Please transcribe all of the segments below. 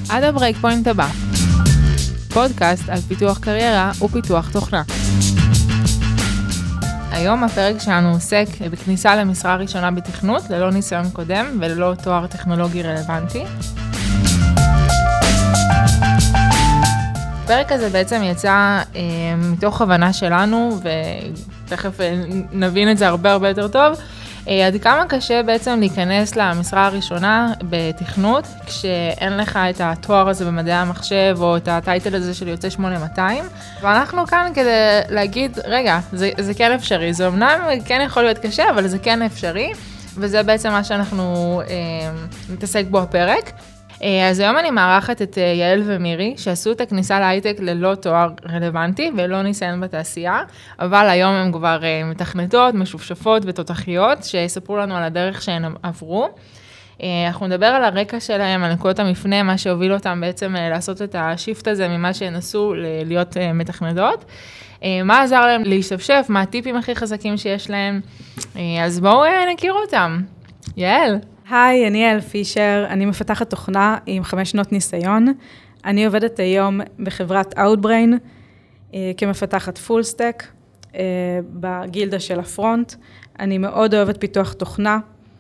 עד הברייק פוינט הבא. פודקאסט על פיתוח קריירה ופיתוח תוכנה. היום הפרק שלנו עוסק בכניסה למשרה ראשונה בתכנות, ללא ניסיון קודם וללא תואר טכנולוגי רלוונטי. הפרק הזה בעצם יצא מתוך הבנה שלנו, ותכף נבין את זה הרבה יותר טוב, עד כמה קשה בעצם להיכנס למשרה הראשונה בתכנות, כשאין לך את התואר הזה במדעי המחשב, או את הטייטל הזה של יוצא 8200, ואנחנו כאן כדי להגיד, רגע, זה כן אפשרי, זה אמנם כן יכול להיות קשה, אבל זה כן אפשרי, וזה בעצם מה שאנחנו נתעסק בו הפרק. אז היום אני מארחת את יעל ומירי, שעשו את הכניסה להייטק ללא תואר רלוונטי ולא ניסיון בתעשייה, אבל היום הם כבר מתכנתות, משופשפות ותותחיות, שיספרו לנו על הדרך שהן עברו. אנחנו נדבר על הרקע שלהם, על נקודות המפנה, מה שהוביל אותם בעצם לעשות את השיפט הזה ממה שהן עשו להיות מתכנתות. מה עזר להם להשתפשף, מה הטיפים הכי חזקים שיש להם, אז בואו נכיר אותם. יעל. היי, אני יעל פישר, אני מפתחת תוכנה עם 5 שנות ניסיון. אני עובדת היום בחברת Outbrain כמפתחת פול סטק בגילדה של הפרונט. אני מאוד אוהבת פיתוח תוכנה,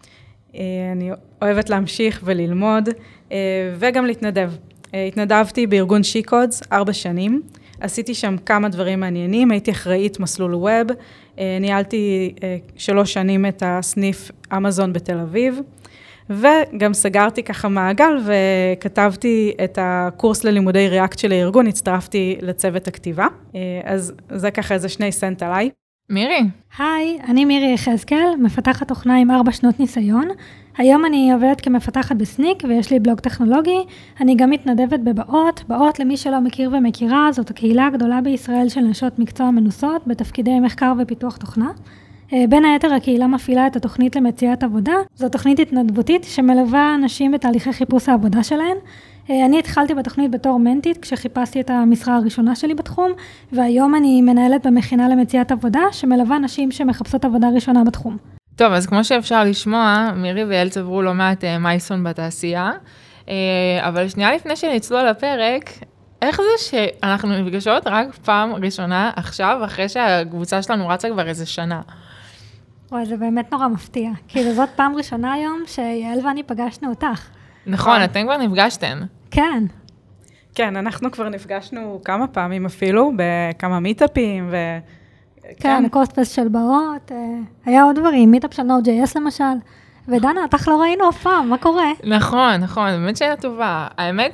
אני אוהבת להמשיך וללמוד וגם להתנדב. התנדבתי בארגון שיקודס 4 שנים, עשיתי שם כמה דברים מעניינים, הייתי אחראית מסלול ווב, ניהלתי 3 שנים את הסניף אמזון בתל אביב, וגם סגרתי ככה מעגל וכתבתי את הקורס ללימודי ריאקט של הארגון, הצטרפתי לצוות הכתיבה, אז זה ככה איזה 2 סנט עליי. מירי. היי, אני מירי יחזקאל, מפתחת תוכנה עם 4 שנות ניסיון. היום אני עובדת כמפתחת בסניק ויש לי בלוג טכנולוגי. אני גם מתנדבת בבאות. באות, למי שלא מכיר ומכירה, זאת הקהילה הגדולה בישראל של נשות מקצוע מנוסות בתפקידי מחקר ופיתוח תוכנה. בין היתר הקהילה מפעילה את התוכנית למציאת עבודה. זו תוכנית התנדבותית שמלווה אנשים בתהליכי חיפוש העבודה שלהן. אני התחלתי בתוכנית בתור מנטית כשחיפשתי את המשרה הראשונה שלי בתחום, והיום אני מנהלת במכינה למציאת עבודה שמלווה נשים שמחפשות עבודה ראשונה בתחום. טוב, אז כמו שאפשר לשמוע, מירי ויעל צברו לא מעט מייסון בתעשייה, אבל שנייה לפני שנצלול על הפרק, איך זה שאנחנו נפגשות רק פעם ראשונה עכשיו, אחרי שהקבוצה שלנו רצה כבר איזה שנה? וואי, זה באמת נורא מפתיע. כאילו זאת פעם ראשונה היום שיעל ואני פגשנו אותך. נכון, אתם כבר נפגשתן. כן. כן, אנחנו כבר נפגשנו כמה פעמים אפילו, בכמה מיטאפים כן, קוסטפס של באות, היה עוד דברים, מיטאפ של Node.js למשל, ודנה, אותך לא ראינו אף פעם, מה קורה? נכון, באמת שאלה טובה. האמת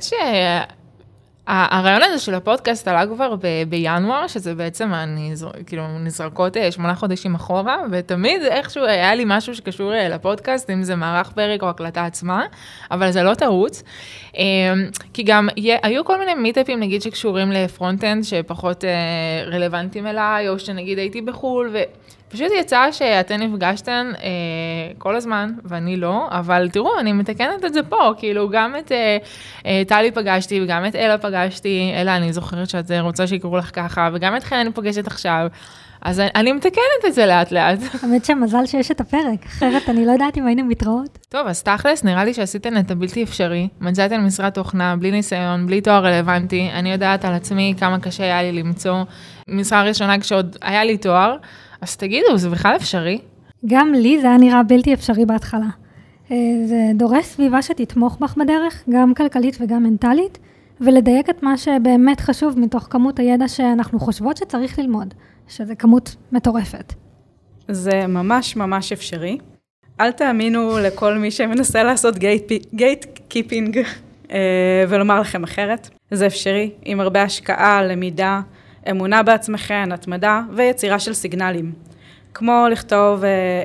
שהרעיון הזה של הפודקאסט עלה כבר בינואר, שזה בעצם כאילו נזרקות 8 חודשים אחורה, ותמיד איכשהו היה לי משהו שקשור לפודקאסט, אם זה מערך פרק או הקלטה עצמה, אבל זה לא טעות. כי גם היו כל מיני מיטאפים, נגיד, שקשורים לפרונט-אנד, שפחות רלוונטיים אליי, או שנגיד הייתי בחול, ופשוט יצא שאתן נפגשתן כל הזמן, ואני לא, אבל תראו, אני מתקנת את זה פה, כאילו גם את טלי פגשתי, וגם את אלה פגשתי, אלה אני זוכרת שאת רוצה שיקראו לך ככה, וגם את חן אני פוגשת עכשיו, אז אני מתקנת את זה לאט לאט. האמת שמזל שיש את הפרק, אחרת אני לא יודעת אם היינו מתראות. טוב, אז תכלס, נראה לי שעשיתן את הבלתי אפשרי, מצאתן משרת תוכנה, בלי ניסיון, בלי תואר רלוונטי, אני יודעת על עצמי כמה קשה היה לי למצוא משרה ראשונה כשעוד היה לי תואר, אז תגידו, זה בכלל אפשרי? גם לי זה היה נראה בלתי אפשרי בהתחלה. זה דורש סביבה שתתמוך בך בדרך, גם כלכלית וגם מנטלית, ולדייק את מה שבאמת חשוב מתוך כמות הידע שאנחנו חושבות שצריך ללמוד, שזה כמות מטורפת. זה ממש ממש אפשרי. אל תאמינו לכל מי שמנסה לעשות גייט קיפינג ולומר לכם אחרת. זה אפשרי עם הרבה השקעה, למידה, אמונה בעצמכם, התמדה ויצירה של סיגנלים. כמו לכתוב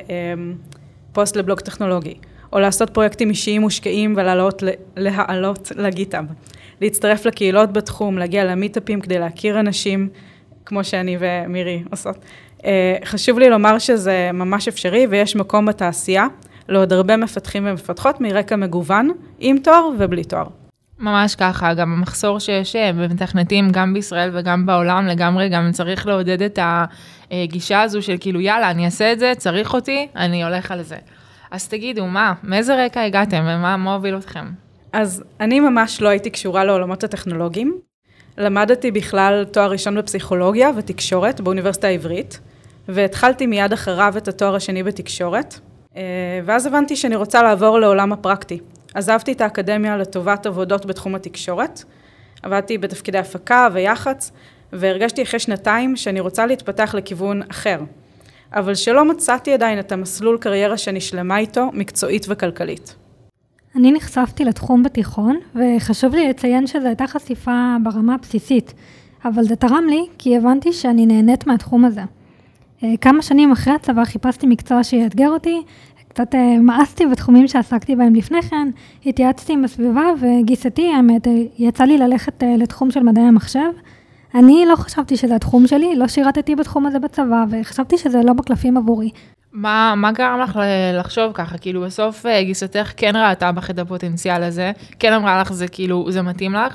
פוסט לבלוג טכנולוגי, או לעשות פרויקטים אישיים מושקעים ולהעלות לגיטאב. להצטרף לקהילות בתחום, להגיע למיטאפים כדי להכיר אנשים, כמו שאני ומירי עושות. חשוב לי לומר שזה ממש אפשרי, ויש מקום בתעשייה לעוד הרבה מפתחים ומפתחות מרקע מגוון, עם תואר ובלי תואר. ממש ככה, גם המחסור שיש במתכנתים גם בישראל וגם בעולם לגמרי, גם צריך לעודד את הגישה הזו של כאילו יאללה, אני אעשה את זה, צריך אותי, אני הולך על זה. אז תגידו, מאיזה רקע הגעתם ומה הוביל אתכם? אז אני ממש לא הייתי קשורה לעולמות הטכנולוגיים. למדתי בכלל תואר ראשון בפסיכולוגיה ותקשורת באוניברסיטה העברית, והתחלתי מיד אחריו את התואר השני בתקשורת, ואז הבנתי שאני רוצה לעבור לעולם הפרקטי. עזבתי את האקדמיה לטובת עבודות בתחום התקשורת, עבדתי בתפקידי הפקה ויח"צ, והרגשתי אחרי 2 שאני רוצה להתפתח לכיוון אחר, אבל שלא מצאתי עדיין את המסלול קריירה שנשלמה איתו, מקצועית וכלכלית. אני נחשפתי לתחום בתיכון, וחשוב לי לציין שזו הייתה חשיפה ברמה הבסיסית, אבל זה תרם לי כי הבנתי שאני נהנית מהתחום הזה. כמה שנים אחרי הצבא חיפשתי מקצוע שיאתגר אותי, קצת מאסתי בתחומים שעסקתי בהם לפני כן, התייעצתי עם הסביבה וגיסתי, האמת, יצא לי ללכת לתחום של מדעי המחשב. אני לא חשבתי שזה התחום שלי, לא שירתתי בתחום הזה בצבא, וחשבתי שזה לא בקלפים עבורי. מה גרם לך לחשוב ככה? כאילו בסוף גיסתך כן ראתה בך את הפוטנציאל הזה, כן אמרה לך זה כאילו, זה מתאים לך?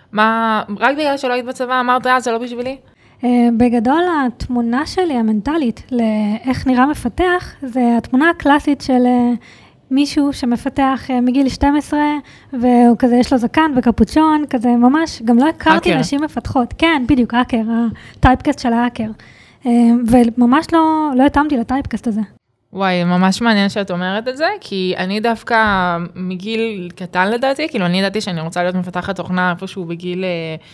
רק בגלל שלא היית בצבא אמרת, זה לא בשבילי? בגדול התמונה שלי המנטלית לאיך נראה מפתח, זה התמונה הקלאסית של מישהו שמפתח מגיל 12, והוא כזה יש לו זקן וקפוצ'ון, כזה ממש, גם לא הכרתי נשים מפתחות. כן, בדיוק, האקר, הטייפקסט של האקר. וממש לא התאמתי לטייפקסט הזה. וואי, ממש מעניין שאת אומרת את זה, כי אני דווקא מגיל קטן לדעתי, כאילו אני ידעתי שאני רוצה להיות מפתחת תוכנה איפשהו בגיל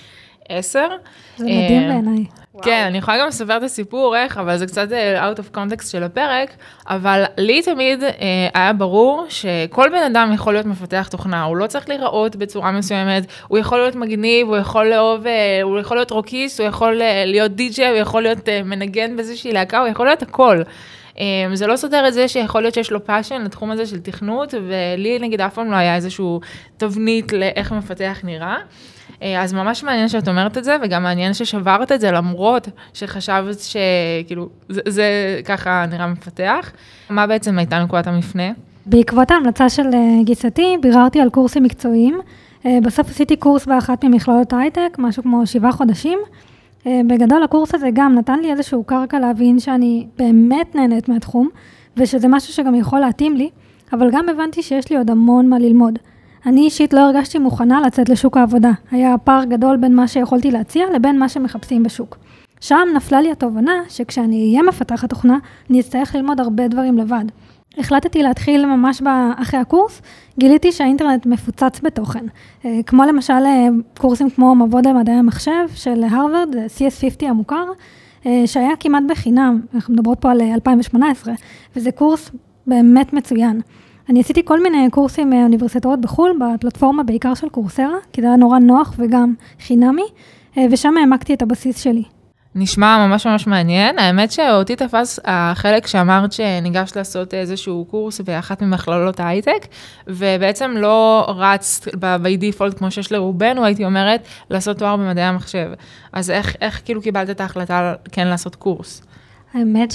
10. זה מדהים בעיניי. כן, אני יכולה גם לספר את הסיפור איך, אבל זה קצת out of context של הפרק, אבל לי תמיד היה ברור שכל בן אדם יכול להיות מפתח תוכנה, הוא לא צריך להיראות בצורה מסוימת, הוא יכול להיות מגניב, הוא יכול לאהוב, הוא יכול להיות רוקיסט, הוא יכול להיות די-ג'יי, הוא יכול להיות מנגן באיזושהי להקה, הוא יכול להיות הכל. זה לא סותר את זה שיכול להיות שיש לו פאשן לתחום הזה של תכנות, ולי נגיד אף פעם לא היה איזשהו תבנית לאיך מפתח נראה. אז ממש מעניין שאת אומרת את זה, וגם מעניין ששברת את זה, למרות שחשבת שכאילו, זה ככה נראה מפתח. מה בעצם הייתה נקודת המפנה? בעקבות ההמלצה של גיסתי, ביררתי על קורסים מקצועיים. בסוף עשיתי קורס באחת ממכללות הייטק, משהו כמו 7 חודשים. בגדול הקורס הזה גם נתן לי איזשהו קרקע להבין שאני באמת נהנית מהתחום, ושזה משהו שגם יכול להתאים לי, אבל גם הבנתי שיש לי עוד המון מה ללמוד. אני אישית לא הרגשתי מוכנה לצאת לשוק העבודה. היה פער גדול בין מה שיכולתי להציע לבין מה שמחפשים בשוק. שם נפלה לי התובנה שכשאני אהיה מפתחת תוכנה, אני אצטרך ללמוד הרבה דברים לבד. החלטתי להתחיל ממש אחרי הקורס, גיליתי שהאינטרנט מפוצץ בתוכן. כמו למשל קורסים כמו מבוא למדעי המחשב של הרווארד, CS50 המוכר, שהיה כמעט בחינם, אנחנו מדברות פה על 2018, וזה קורס באמת מצוין. אני עשיתי כל מיני קורסים מאוניברסיטאות בחול, בפלטפורמה בעיקר של קורסרה, כי זה היה נורא נוח וגם חינמי, ושם העמקתי את הבסיס שלי. נשמע ממש ממש מעניין. האמת שאותי תפס החלק שאמרת שניגשת לעשות איזשהו קורס באחת ממכללות ההייטק, ובעצם לא רצת by default כמו שיש לרובנו, הייתי אומרת, לעשות תואר במדעי המחשב. אז איך כאילו קיבלת את ההחלטה כן לעשות קורס? האמת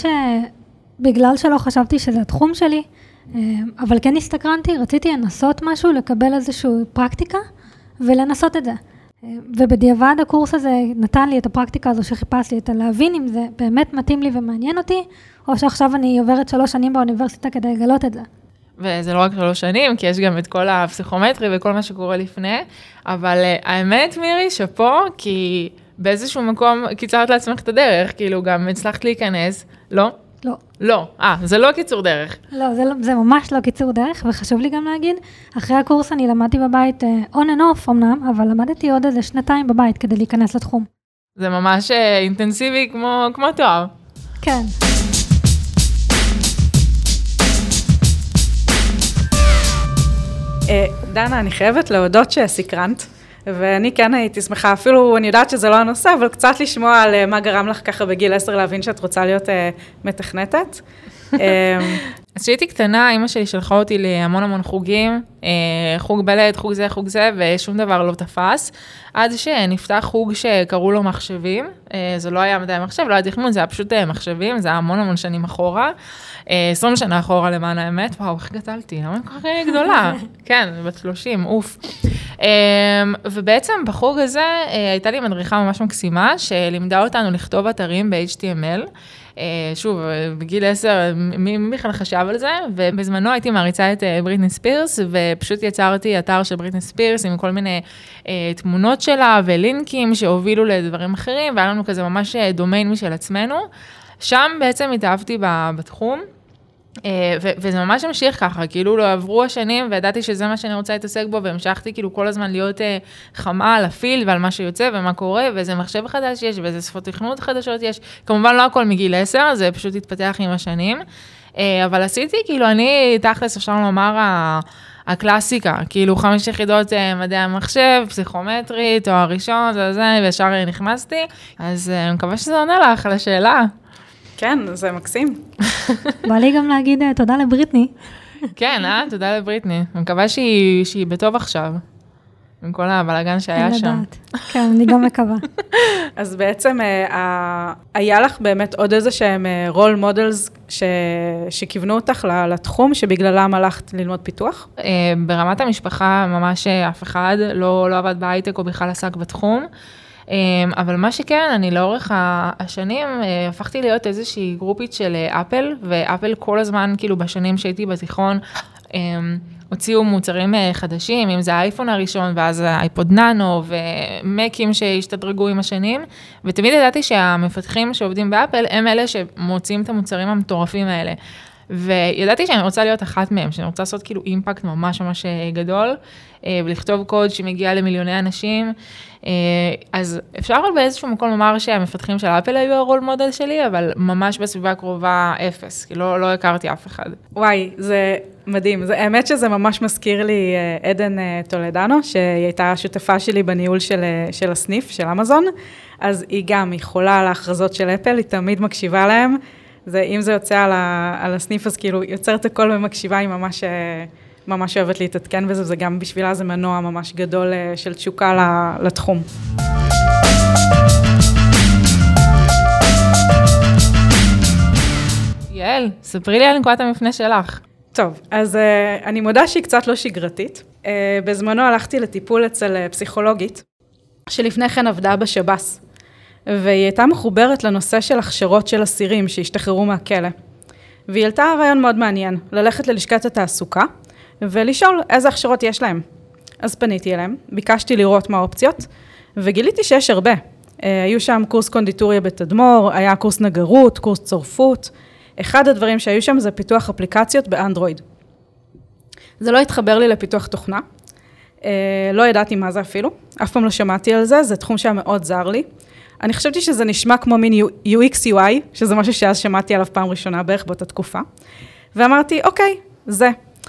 שבגלל שלא חשבתי שזה התחום שלי, אבל כן הסתקרנתי, רציתי לנסות משהו, לקבל איזשהו פרקטיקה, ולנסות את זה. ובדיעבד הקורס הזה נתן לי את הפרקטיקה הזו שחיפשתי, את להבין אם זה באמת מתאים לי ומעניין אותי, או שעכשיו אני עוברת 3 שנים באוניברסיטה כדי לגלות את זה. וזה לא רק 3 שנים, כי יש גם את כל הפסיכומטרי וכל מה שקורה לפני, אבל האמת מירי, שפה, כי באיזשהו מקום קיצרת לעצמך את הדרך, כאילו גם הצלחת להיכנס, לא? לא. לא, זה לא קיצור דרך. לא, זה ממש לא קיצור דרך, וחשוב לי גם להגיד, אחרי הקורס אני למדתי בבית on and off אמנם, אבל למדתי עוד איזה 2 בבית כדי להיכנס לתחום. זה ממש אינטנסיבי כמו תואר. כן. דנה, אני חייבת להודות שהסקרנת, ואני כן הייתי שמחה, אפילו אני יודעת שזה לא הנושא, אבל קצת לשמוע על מה גרם לך ככה בגיל 10 להבין שאת רוצה להיות מתכנתת. אז כשהייתי קטנה, אמא שלי שלחה אותי להמון חוגים, חוג בלד, חוג זה, ושום דבר לא תפס, עד שנפתח חוג שקראו לו מחשבים, זה לא היה מדעי מחשב, לא היה תכנון, זה היה פשוט מחשבים, זה היה המון שנים אחורה, 20 שנה אחורה למען האמת, וואו, איך גדלתי, למה אני כל כך גדולה? כן, בת 30, אוף. ובעצם בחוג הזה הייתה לי מדריכה ממש מקסימה, שלימדה אותנו לכתוב אתרים ב-HTML, שוב, בגיל 10, מי בכלל חשב על זה? ובזמנו הייתי מעריצה את בריטני ספירס, ופשוט יצרתי אתר של בריטני ספירס עם כל מיני תמונות שלה ולינקים שהובילו לדברים אחרים, והיה לנו כזה ממש דומיין משל עצמנו. שם בעצם התאהבתי בתחום, וזה ממש המשיך ככה, כאילו לא עברו השנים, וידעתי שזה מה שאני רוצה להתעסק בו, והמשכתי כאילו כל הזמן להיות חמה על הפילד ועל מה שיוצא ומה קורה, ואיזה מחשב חדש יש, ואיזה שפות תכנות חדשות יש, כמובן לא הכל מגיל 10, זה פשוט התפתח עם השנים, אבל עשיתי, כאילו אני תכלס אפשר לומר הקלאסיקה, כאילו 5 יחידות מדעי המחשב, פסיכומטרי, תואר ראשון, זה, וישר נכנסתי, אז אני מקווה שזה עונה לך על השאלה. כן, זה מקסים. בא לי גם להגיד תודה לבריטני. כן, תודה לבריטני. אני מקווה שהיא בטוב עכשיו, עם כל הבלגן שהיה שם. כן, אני גם מקווה. אז בעצם היה לך באמת עוד איזה שהם רול מודלס שכיוונו אותך לתחום, שבגללם הלכת ללמוד פיתוח? ברמת המשפחה ממש אף אחד לא עבד בהייטק או בכלל עסק בתחום. אבל מה שכן, אני לאורך השנים הפכתי להיות איזושהי גרופית של אפל, ואפל כל הזמן, כאילו בשנים שהייתי בתיכון, הוציאו מוצרים חדשים, אם זה האייפון הראשון, ואז האייפוד נאנו, ומקים שהשתדרגו עם השנים, ותמיד ידעתי שהמפתחים שעובדים באפל, הם אלה שמוצאים את המוצרים המטורפים האלה. וידעתי שאני רוצה להיות אחת מהם, שאני רוצה לעשות כאילו אימפקט ממש ממש גדול, ולכתוב קוד שמגיע למיליוני אנשים, אז אפשר אבל באיזשהו מקום לומר שהמפתחים של אפל היו הרול מודל שלי, אבל ממש בסביבה הקרובה 0, כי לא הכרתי אף אחד. וואי, זה מדהים, האמת שזה ממש מזכיר לי עדן טולדנו, שהיא הייתה שותפה שלי בניהול של הסניף, של אמזון, אז היא גם חולה על ההכרזות של אפל, היא תמיד מקשיבה להם, אם זה יוצא על הסניף, אז כאילו יוצרת הכל ומקשיבה, היא ממש אוהבת להתעדכן בזה, וזה גם בשבילה זה מנוע ממש גדול של תשוקה לתחום. יעל, ספרי לי על נקודת המפנה שלך. טוב, אז אני מודה שהיא קצת לא שגרתית. בזמנו הלכתי לטיפול אצל פסיכולוגית, שלפני כן עבדה בשב"ס. והיא הייתה מחוברת לנושא של הכשרות של אסירים שהשתחררו מהכלא. והיא העלתה רעיון מאוד מעניין, ללכת ללשכת התעסוקה, ולשאול איזה הכשרות יש להם. אז פניתי אליהם, ביקשתי לראות מה האופציות, וגיליתי שיש הרבה. היו שם קורס קונדיטוריה בתדמור, היה קורס נגרות, קורס צורפות. אחד הדברים שהיו שם זה פיתוח אפליקציות באנדרואיד. זה לא התחבר לי לפיתוח תוכנה, לא ידעתי מה זה אפילו, אף פעם לא שמעתי על זה, זה תחום שהיה מאוד זר לי. אני חשבתי שזה נשמע כמו מין UX UI, שזה משהו שאז שמעתי עליו פעם ראשונה בערך באותה תקופה, ואמרתי, אוקיי, זה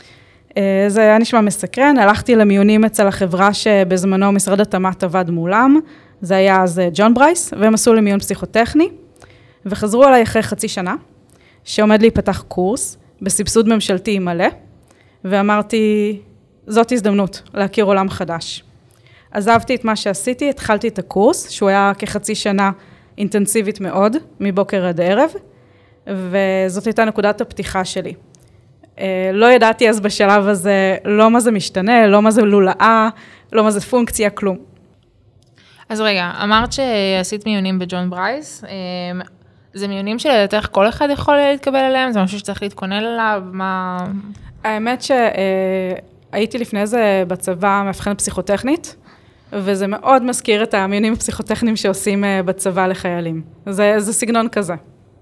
היה נשמע מסקרן, הלכתי למיונים אצל החברה שבזמנו משרד התמ"ת עבד מולם, זה היה אז ג'ון ברייס, והם עשו למיון פסיכוטכני, וחזרו עליי אחרי חצי שנה, שעומד להיפתח קורס, בסבסוד ממשלתי מלא, ואמרתי, זאת הזדמנות להכיר עולם חדש. עזבתי את מה שעשיתי, התחלתי את הקורס, שהוא היה כחצי שנה אינטנסיבית מאוד, מבוקר עד ערב, וזאת הייתה נקודת הפתיחה שלי. לא ידעתי אז בשלב הזה, לא מה זה משתנה, לא מה זה לולאה, לא מה זה פונקציה, כלום. אז רגע, אמרת שעשית מיונים בג'ון ברייס, זה מיונים שלדעתך כל אחד יכול להתקבל אליהם? זה משהו שצריך להתכונן אליו? מה... האמת שהייתי לפני זה בצבא מאבחנת פסיכוטכנית, וזה מאוד מזכיר את המיונים הפסיכוטכניים שעושים בצבא לחיילים. זה סגנון כזה.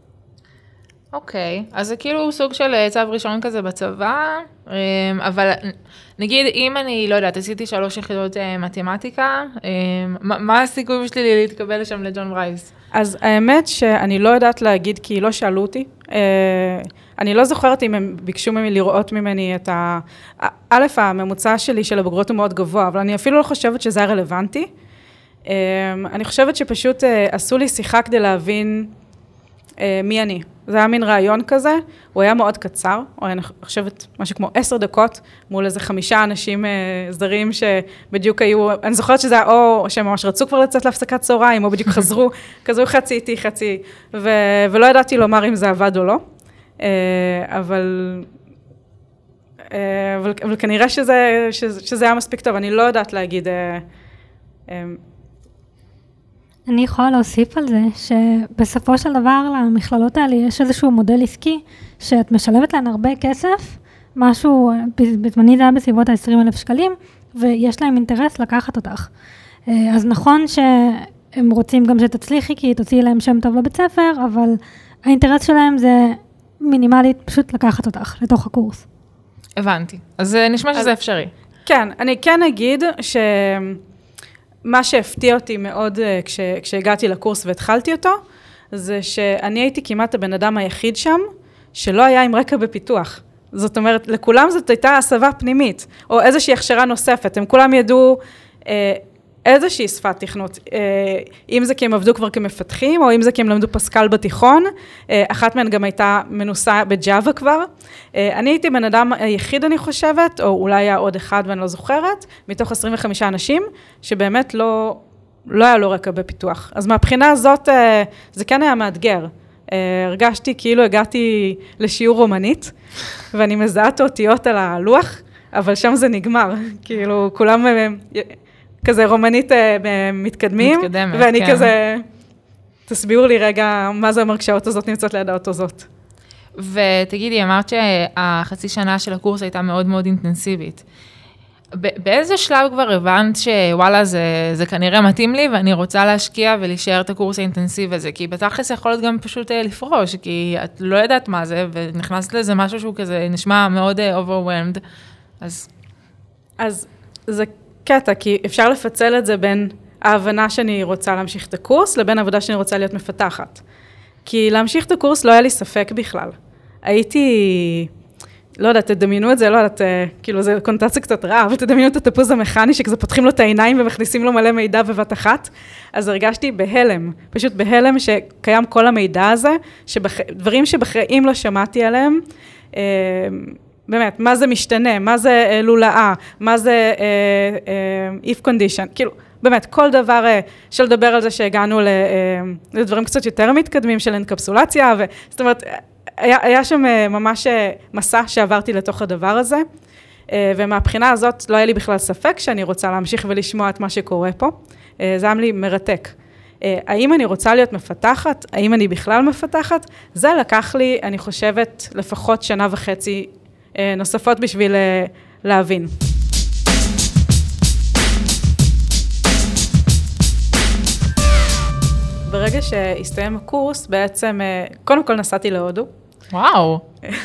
אוקיי, אז זה כאילו סוג של צו ראשון כזה בצבא, אבל נגיד אם אני, לא יודעת, עשיתי 3 יחידות מתמטיקה, מה הסיכוי שלי להתקבל לשם לג'ון ברייס? אז האמת שאני לא יודעת להגיד, כי לא שאלו אותי. אני לא זוכרת אם הם ביקשו ממני לראות ממני את א', הממוצע שלי של הבוגרות הוא מאוד גבוה, אבל אני אפילו לא חושבת שזה היה רלוונטי. אני חושבת שפשוט עשו לי שיחה כדי להבין מי אני. זה היה מין רעיון כזה, הוא היה מאוד קצר, או אני חושבת משהו כמו 10 דקות, מול איזה 5 אנשים זרים שבדיוק היו, אני זוכרת שזה היה או שהם ממש רצו כבר לצאת להפסקת צהריים, או בדיוק חזרו, כזו חצי איתי, חצי, ולא ידעתי לומר אם זה עבד או לא, אבל כנראה שזה היה מספיק טוב, אני לא יודעת להגיד, אני יכולה להוסיף על זה שבסופו של דבר למכללות האלה יש איזשהו מודל עסקי שאת משלבת להן הרבה כסף, משהו, בזמני זה היה בסביבות ה-20,000 שקלים, ויש להם אינטרס לקחת אותך. אז נכון שהם רוצים גם שתצליחי, כי תוציאי להם שם טוב לבית ספר, אבל האינטרס שלהם זה מינימלית פשוט לקחת אותך לתוך הקורס. הבנתי. אז נשמע שזה אפשרי. כן, אני כן אגיד שמה שהפתיע אותי מאוד כשהגעתי לקורס והתחלתי אותו, זה שאני הייתי כמעט הבן אדם היחיד שם, שלא היה עם רקע בפיתוח. זאת אומרת, לכולם זאת הייתה הסבה פנימית, או איזושהי הכשרה נוספת. הם כולם ידעו איזושהי שפת תכנות, אם זה כי הם עבדו כבר כמפתחים, או אם זה כי הם למדו פסקל בתיכון, אחת מהן גם הייתה מנוסה בג'אווה כבר. אני הייתי בן אדם היחיד, אני חושבת, או אולי היה עוד אחד ואני לא זוכרת, מתוך 25 אנשים, שבאמת לא היה לו רקע בפיתוח. אז מהבחינה הזאת, זה כן היה מאתגר. הרגשתי כאילו הגעתי לשיעור רומנית, ואני מזהה את האותיות על הלוח, אבל שם זה נגמר. כאילו, כולם כזה רומנית מתקדמים, ואני כן. כזה, תסבירו לי רגע מה זה אומר כשהאות הזאת נמצאת ליד האות הזאת. ותגידי, אמרת שהחצי שנה של הקורס הייתה מאוד מאוד אינטנסיבית. באיזה שלב כבר הבנת שוואלה, זה כנראה מתאים לי, ואני רוצה להשקיע ולהישאר את הקורס האינטנסיבי הזה, כי בתכלס יכול להיות גם פשוט לפרוש, כי את לא יודעת מה זה, ונכנסת לזה משהו שהוא כזה נשמע מאוד overwhelmed, אז זה קטע, כי אפשר לפצל את זה בין ההבנה שאני רוצה להמשיך את הקורס, לבין העבודה שאני רוצה להיות מפתחת. כי להמשיך את הקורס לא היה לי ספק בכלל. הייתי, לא יודעת, תדמיינו את זה, לא יודעת, כאילו זה קונוטציה קצת רעה, אבל תדמיינו את התפוז המכני, שכזה פותחים לו את העיניים ומכניסים לו מלא מידע בבת אחת. אז הרגשתי בהלם, פשוט בהלם שקיים כל המידע הזה, דברים שבחיים לא שמעתי עליהם, באמת, מה זה משתנה, מה זה לולאה, מה זה if condition, כאילו, באמת, כל דבר של לדבר על זה שהגענו לדברים קצת יותר מתקדמים של אנקפסולציה, זאת אומרת, היה שם ממש מסע שעברתי לתוך הדבר הזה, ומהבחינה הזאת לא היה לי בכלל ספק שאני רוצה להמשיך ולשמוע את מה שקורה פה, זה היה לי מרתק. האם אני רוצה להיות מפתחת? האם אני בכלל מפתחת? זה לקח לי, אני חושבת, לפחות 1.5 שנה נוספות בשביל להבין. ברגע שהסתיים הקורס, בעצם, קודם כל נסעתי להודו. וואו.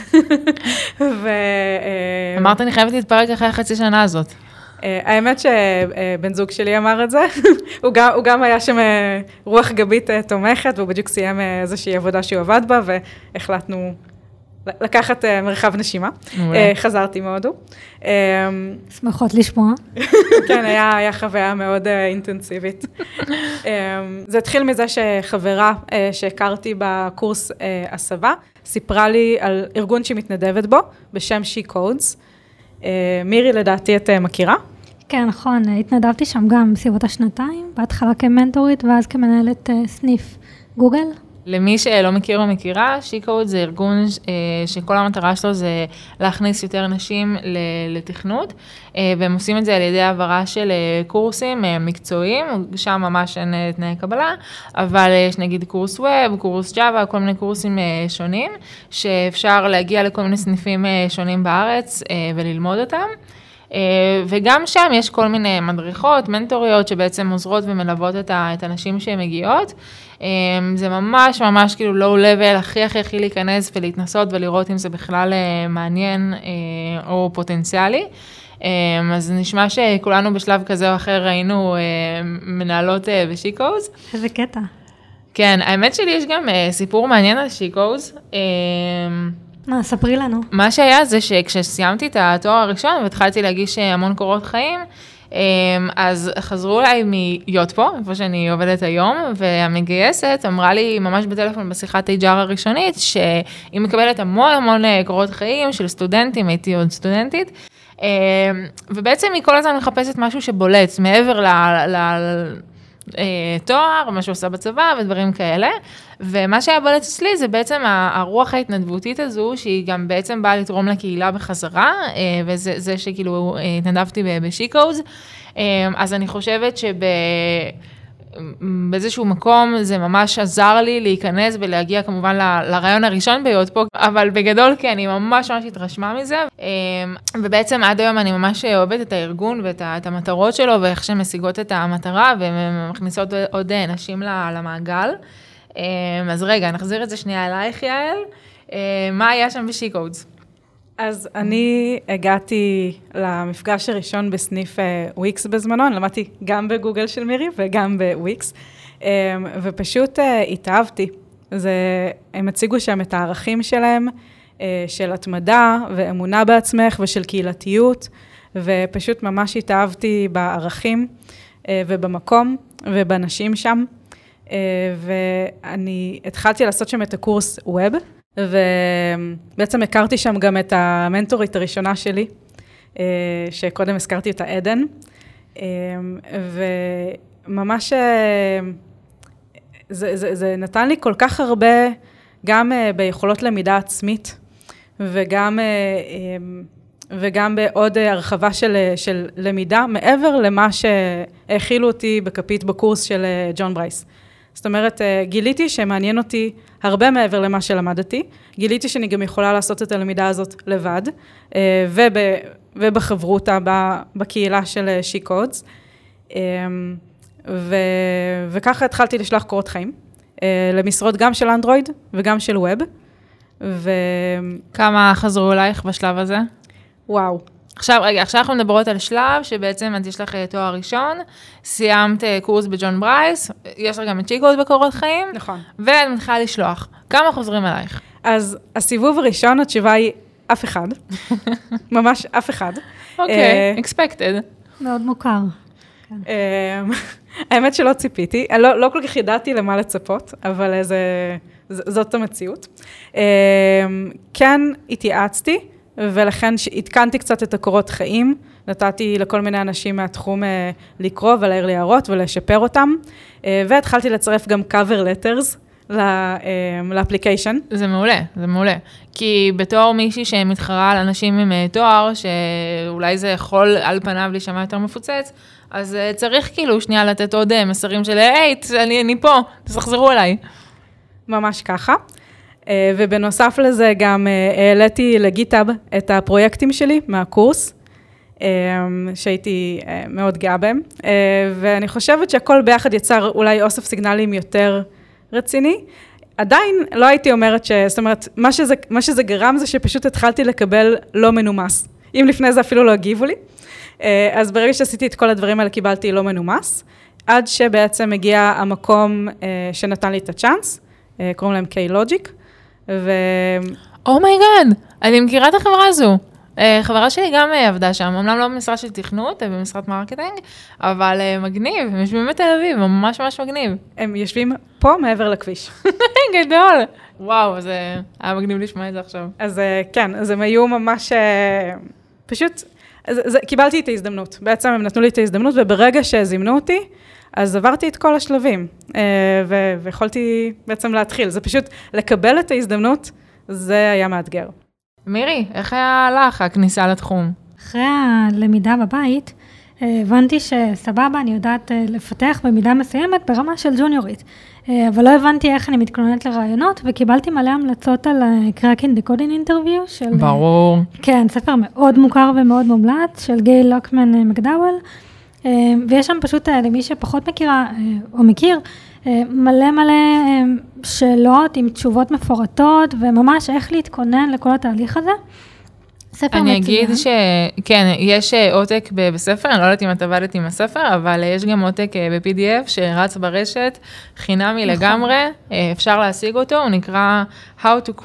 אמרת, אני חייבת להתפרק אחרי החצי שנה הזאת. האמת שבן זוג שלי אמר את זה, הוא גם היה שם רוח גבית תומכת, והוא בדיוק סיים איזושהי עבודה שהוא עבד בה, והחלטנו לקחת מרחב נשימה. חזרתי מהודו. שמחות לשמוע. כן, היה חוויה מאוד אינטנסיבית. זה התחיל מזה שחברה שהכרתי בקורס הסבה, סיפרה לי על ארגון שהיא מתנדבת בו, בשם She Codes. מירי, לדעתי את מכירה? כן, נכון. התנדבתי שם גם בסביבות 2 בהתחלה כמנטורית, ואז כמנהלת סניף גוגל. למי שלא מכיר או מכירה, She-Code זה ארגון שכל המטרה שלו זה להכניס יותר נשים לתכנות, והם עושים את זה על ידי העברה של קורסים מקצועיים, שם ממש אין תנאי קבלה, אבל יש נגיד קורס ווב, קורס ג'אווה, כל מיני קורסים שונים, שאפשר להגיע לכל מיני סניפים שונים בארץ וללמוד אותם. וגם שם יש כל מיני מדריכות, מנטוריות, שבעצם עוזרות ומלוות את הנשים שהן מגיעות. זה ממש ממש כאילו לואו לבל, הכי להיכנס ולהתנסות ולראות אם זה בכלל מעניין או פוטנציאלי. אז נשמע שכולנו בשלב כזה או אחר ראינו מנהלות ב-She-Codes. איזה קטע. כן, האמת שלי יש גם סיפור מעניין על She-Codes. מה, ספרי לנו. מה שהיה זה שכשסיימתי את התואר הראשון והתחלתי להגיש המון קורות חיים, אז חזרו אליי מיוטפו, איפה שאני עובדת היום, והמגייסת אמרה לי ממש בטלפון בשיחת HR הראשונית, שהיא מקבלת המון קורות חיים של סטודנטים, הייתי עוד סטודנטית, ובעצם היא כל הזמן מחפשת משהו שבולט מעבר תואר, מה שעושה בצבא ודברים כאלה, ומה שהיה בולט אצלי זה בעצם הרוח ההתנדבותית הזו, שהיא גם בעצם באה לתרום לקהילה בחזרה, וזה שכאילו התנדבתי ב-She-Codes, אז אני חושבת באיזשהו מקום זה ממש עזר לי להיכנס ולהגיע כמובן לרעיון הראשון להיות פה, אבל בגדול כן, היא ממש התרשמה מזה, ובעצם עד היום אני ממש אוהבת את הארגון ואת המטרות שלו, ואיך שהן משיגות את המטרה, ומכניסות עוד נשים למעגל. אז רגע, נחזיר את זה שנייה אלייך, יעל. מה היה שם ב-SheCodes? אז אני הגעתי למפגש הראשון בסניף וויקס בזמנו, אני למדתי גם בגוגל של מירי וגם בוויקס, ופשוט התאהבתי. הם הציגו שם את הערכים שלהם, של התמדה ואמונה בעצמך ושל קהילתיות, ופשוט ממש התאהבתי בערכים ובמקום ובנשים שם, ואני התחלתי לעשות שם את הקורס ווב, ובעצם הכרתי שם גם את המנטורית הראשונה שלי, שקודם הזכרתי אותה עדן, וממש זה נתן לי כל כך הרבה, גם ביכולות למידה עצמית, וגם בעוד הרחבה של למידה, מעבר למה שהכילו אותי בכפית בקורס של ג'ון ברייס. זאת אומרת, גיליתי שמעניין אותי הרבה מעבר למה שלמדתי, גיליתי שאני גם יכולה לעשות את הלמידה הזאת לבד, ובחברותה בקהילה של SheCodes, וככה התחלתי לשלוח קורות חיים, למשרות גם של אנדרואיד וגם של ווב. כמה חזרו אלייך בשלב הזה? וואו. עכשיו אנחנו מדברות על שלב שבעצם את יש לך תואר ראשון, סיימת קורס בג'ון ברייס, יש לך גם את SheCodes בקורות חיים, נכון. ואת מתחילה לשלוח. כמה חוזרים אלייך? אז הסיבוב הראשון, התשובה היא אף אחד. ממש אף אחד. אוקיי, expected. מאוד מוכר. האמת שלא ציפיתי, לא כל כך ידעתי למה לצפות, אבל זאת המציאות. כן, התייעצתי, ולכן התקנתי קצת את הקורות חיים, נתתי לכל מיני אנשים מהתחום לקרוא ולהעיר לי הערות ולשפר אותם, והתחלתי לצרף גם cover letters לאפליקיישן. זה מעולה, זה מעולה. כי בתור מישהי שמתחרה על אנשים עם תואר, שאולי זה יכול על פניו להישמע יותר מפוצץ, אז צריך כאילו שנייה לתת עוד מסרים של, היי, אני פה, תחזרו אליי. ממש ככה. ובנוסף לזה גם העליתי לגיטאב את הפרויקטים שלי מהקורס, שהייתי מאוד גאה בהם, ואני חושבת שהכל ביחד יצר אולי אוסף סיגנלים יותר רציני. עדיין לא הייתי אומרת זאת אומרת, מה שזה גרם זה שפשוט התחלתי לקבל לא מנומס. אם לפני זה אפילו לא הגיבו לי. אז ברגע שעשיתי את כל הדברים האלה קיבלתי לא מנומס, עד שבעצם הגיע המקום שנתן לי את הצ'אנס, קוראים להם K-Logic, אומייגאד, אני מכירה את החברה הזו. חברה שלי גם עבדה שם, אמנם לא במשרה של תכנות, במשרת מרקטינג, אבל מגניב, הם יושבים בתל אביב, ממש ממש מגניב. הם יושבים פה מעבר לכביש. גדול. וואו, זה היה מגניב לשמוע את זה עכשיו. אז כן, אז הם היו ממש, פשוט, קיבלתי את ההזדמנות. בעצם הם נתנו לי את ההזדמנות, וברגע שזימנו אותי, אז עברתי את כל השלבים, ויכולתי בעצם להתחיל. זה פשוט לקבל את ההזדמנות, זה היה מאתגר. מירי, איך היה לך הכניסה לתחום? אחרי הלמידה בבית, הבנתי שסבבה, אני יודעת לפתח במידה מסוימת ברמה של ג'וניורית, אבל לא הבנתי איך אני מתכוננת לרעיונות, וקיבלתי מלא המלצות על Cracking the Coding Interview של... ברור. כן, ספר מאוד מוכר ומאוד מומלץ, של גייל לוקמן מקדאוול, ויש שם פשוט למי שפחות מכירה או מכיר, מלא שאלות עם תשובות מפורטות, וממש איך להתכונן לכל התהליך הזה. ספר מצוין. אני אגיד שכן, יש עותק בספר, אני לא יודעת אם את עבדת עם הספר, אבל יש גם עותק ב-PDF שרץ ברשת, חינמי לגמרי, אפשר להשיג אותו, הוא נקרא How to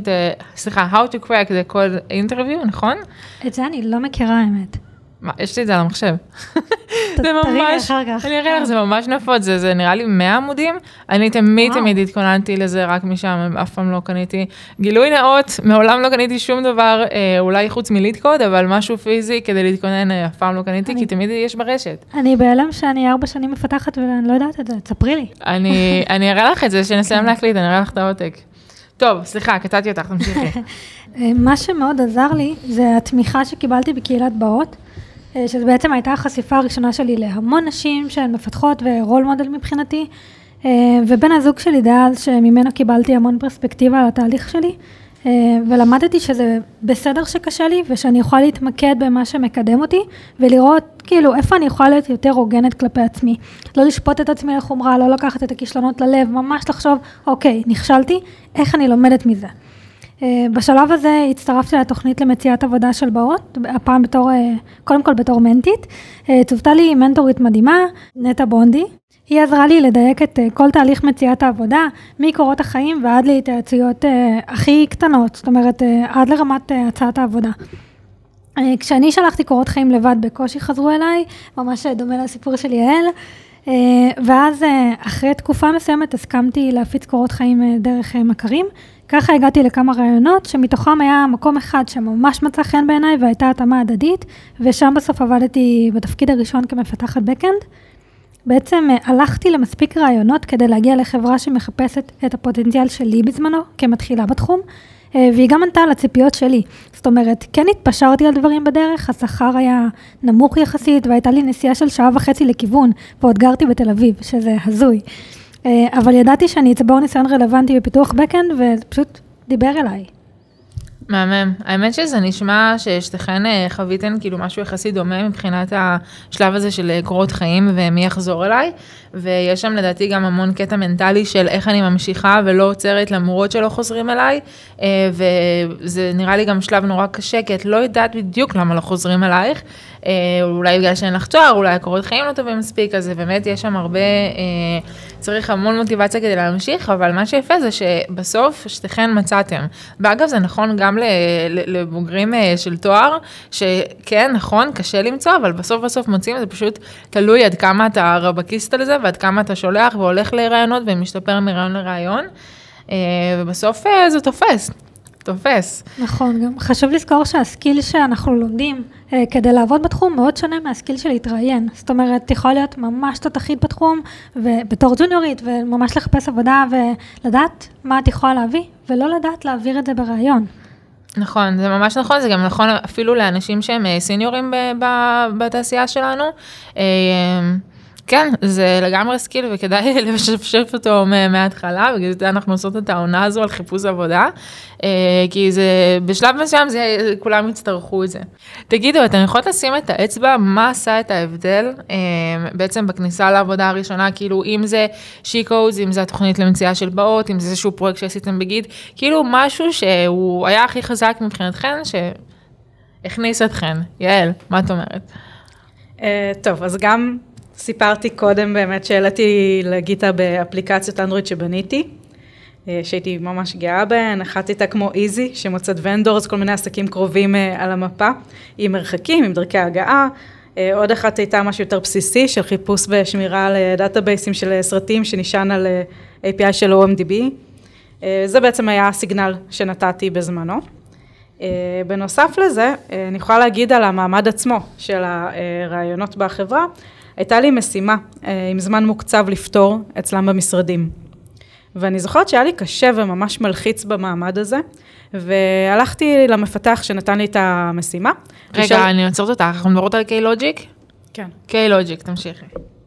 Crack the Code Interview, נכון? את זה אני לא מכירה האמת. מה, יש לי את זה על המחשב. זה ממש, אני אראה לך, זה ממש נפוץ, זה נראה לי 100 עמודים, אני תמיד התכוננתי לזה רק משם, אף פעם לא קניתי, גילוי נאות, מעולם לא קניתי שום דבר, אולי חוץ מליטקוד, אבל משהו פיזי כדי להתכונן, אף פעם לא קניתי, כי תמיד יש ברשת. אני בהלם שאני 4 שנים מפתחת ואני לא יודעת את זה, תספרי לי. אני אראה לך את זה, שנסיים להקליט, אני אראה לך את העותק. טוב, סליחה, קטעתי אותך, תמשיכי. מה שמאוד עזר לי, זה התמיכה שקיבלתי בקהילת באות, שזו בעצם הייתה החשיפה הראשונה שלי להמון נשים שהן מפתחות ורול מודל מבחינתי, ובן הזוג שלי דאז שממנו קיבלתי המון פרספקטיבה על התהליך שלי, ולמדתי שזה בסדר שקשה לי, ושאני יכולה להתמקד במה שמקדם אותי, ולראות כאילו איפה אני יכולה להיות יותר הוגנת כלפי עצמי. לא לשפוט את עצמי לחומרה, לא לקחת את הכישלונות ללב, ממש לחשוב, אוקיי, נכשלתי, איך אני לומדת מזה. בשלב הזה הצטרפתי לתוכנית למציאת עבודה של באות, הפעם קודם כל בתור מנטית. צוותה לי מנטורית מדהימה, נטע בונדי. היא עזרה לי לדייק את כל תהליך מציאת העבודה, מקורות החיים ועד להתייעצויות הכי קטנות, זאת אומרת, עד לרמת הצעת העבודה. כשאני שלחתי קורות חיים לבד, בקושי חזרו אליי, ממש דומה לסיפור של יעל, ואז אחרי תקופה מסוימת הסכמתי להפיץ קורות חיים דרך מכרים. ככה הגעתי לכמה רעיונות, שמתוכם היה מקום אחד שממש מצא חן בעיניי, והייתה התאמה הדדית, ושם בסוף עבדתי בתפקיד הראשון כמפתחת בקאנד. בעצם הלכתי למספיק רעיונות כדי להגיע לחברה שמחפשת את הפוטנציאל שלי בזמנו, כמתחילה בתחום, והיא גם ענתה על הציפיות שלי. זאת אומרת, כן התפשרתי על דברים בדרך, השכר היה נמוך יחסית, והייתה לי נסיעה של 1.5 שעה לכיוון, ועוד גרתי בתל אביב, שזה הזוי. אבל ידעתי שאני אצבור ניסיון רלוונטי בפיתוח בקאנד, ופשוט דיבר אליי. מהמם. האמת שזה נשמע ששתכן חוויתן כאילו משהו יחסי דומה מבחינת השלב הזה של קורות חיים ומי יחזור אליי, ויש שם לדעתי גם המון קטע מנטלי של איך אני ממשיכה ולא עוצרת למרות שלא חוזרים אליי, וזה נראה לי גם שלב נורא קשה, כי את לא יודעת בדיוק למה לא חוזרים אלייך, אולי בגלל שאין לך תואר, אולי הקורות חיים לא טובים מספיק, אז באמת יש שם הרבה, צריך המון מוטיבציה כדי להמשיך, אבל מה שיפה זה שבסוף שתכן מצאתם. ואגב זה נכון גם לבוגרים של תואר, שכן, נכון, קשה למצוא, אבל בסוף מוצאים, זה פשוט תלוי עד כמה אתה רבקיסט על זה, ועד כמה אתה שולח והולך לרעיונות ומשתפר מרעיון לרעיון, ובסוף זה תופס. נכון, גם חשוב לזכור שהסקיל שאנחנו לומדים כדי לעבוד בתחום מאוד שונה מהסקיל של להתראיין. זאת אומרת, יכול להיות ממש תותחית בתחום, ובתור ג'וניורית, וממש לחפש עבודה ולדעת מה את יכולה להביא, ולא לדעת להעביר את זה ברעיון. נכון, זה ממש נכון, זה גם נכון אפילו לאנשים שהם סיניורים בתעשייה שלנו. כן, זה לגמרי סקיל וכדאי לשפשף אותו מההתחלה, בגלל זה אנחנו עושות את העונה הזו על חיפוש עבודה, כי זה, בשלב מסוים כולם יצטרכו את זה. תגידו, אתם יכולות לשים את האצבע, מה עשה את ההבדל בעצם בכניסה לעבודה הראשונה, כאילו אם זה שיקוז, אם זה התוכנית למציאה של באות, אם זה איזשהו פרויקט שעשיתם בגיד, כאילו משהו שהוא היה הכי חזק מבחינתכן, שהכניס אתכן. יעל, מה את אומרת? טוב, אז גם סיפרתי קודם באמת שהעליתי לגיטה באפליקציות אנדרואיד שבניתי, שהייתי ממש גאה בהן, אחת הייתה כמו איזי, שמוצאת ונדורס, כל מיני עסקים קרובים על המפה, עם מרחקים, עם דרכי הגעה, עוד אחת הייתה משהו יותר בסיסי, של חיפוש ושמירה על דאטאבייסים של סרטים, שנשען על API של OMDB, זה בעצם היה הסיגנל שנתתי בזמנו. בנוסף לזה, אני יכולה להגיד על המעמד עצמו של הרעיונות בחברה, הייתה לי משימה עם זמן מוקצב לפתור אצלם במשרדים. ואני זוכרת שהיה לי קשה וממש מלחיץ במעמד הזה, והלכתי למפתח שנתן לי את המשימה. רגע, אני עוצרת אותך, אנחנו מדברות על K-Logic? כן. K-Logic, תמשיכי.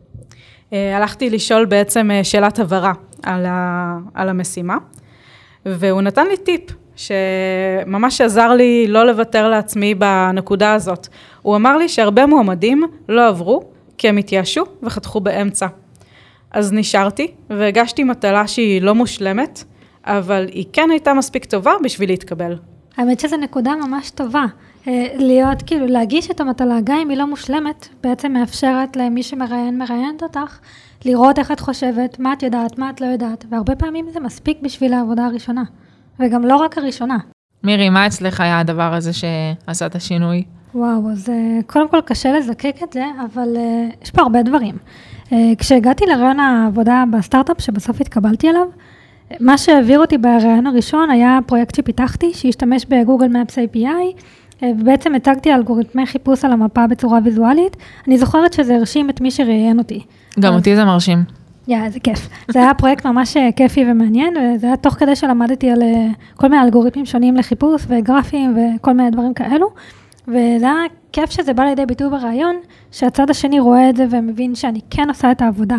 הלכתי לשאול בעצם שאלת הבהרה על המשימה, והוא נתן לי טיפ, שממש עזר לי לא לוותר לעצמי בנקודה הזאת. הוא אמר לי שהרבה מועמדים לא עברו, כי הם התייאשו וחתכו באמצע. אז נשארתי והגשתי מטלה שהיא לא מושלמת, אבל היא כן הייתה מספיק טובה בשביל להתקבל. האמת שזו נקודה ממש טובה. להיות, כאילו, להגיש את המטלה, גם אם היא לא מושלמת, בעצם מאפשרת למי שמראיינת אותך, לראות איך את חושבת, מה את יודעת, מה את לא יודעת, והרבה פעמים זה מספיק בשביל העבודה הראשונה, וגם לא רק הראשונה. מירי, מה אצלך היה הדבר הזה שעשה את השינוי? וואו, אז קודם כל קשה לזקק את זה, אבל יש פה הרבה דברים. כשהגעתי לרעיון העבודה בסטארט-אפ שבסוף התקבלתי עליו, מה שהעביר אותי ברעיון הראשון היה פרויקט שפיתחתי, שהשתמש בגוגל Maps API, ובעצם הצגתי אלגוריתמי חיפוש על המפה בצורה ויזואלית. אני זוכרת שזה הרשים את מי שראיין אותי. גם אותי זה מרשים. זה כיף. זה היה פרויקט ממש כיפי ומעניין, וזה היה תוך כדי שלמדתי על כל מיני אלגוריתמים שונים לחיפוש וגרפים וכל מיני דברים כאלו. וזה היה כיף שזה בא לידי ביטוי ברעיון, שהצד השני רואה את זה ומבין שאני כן עושה את העבודה.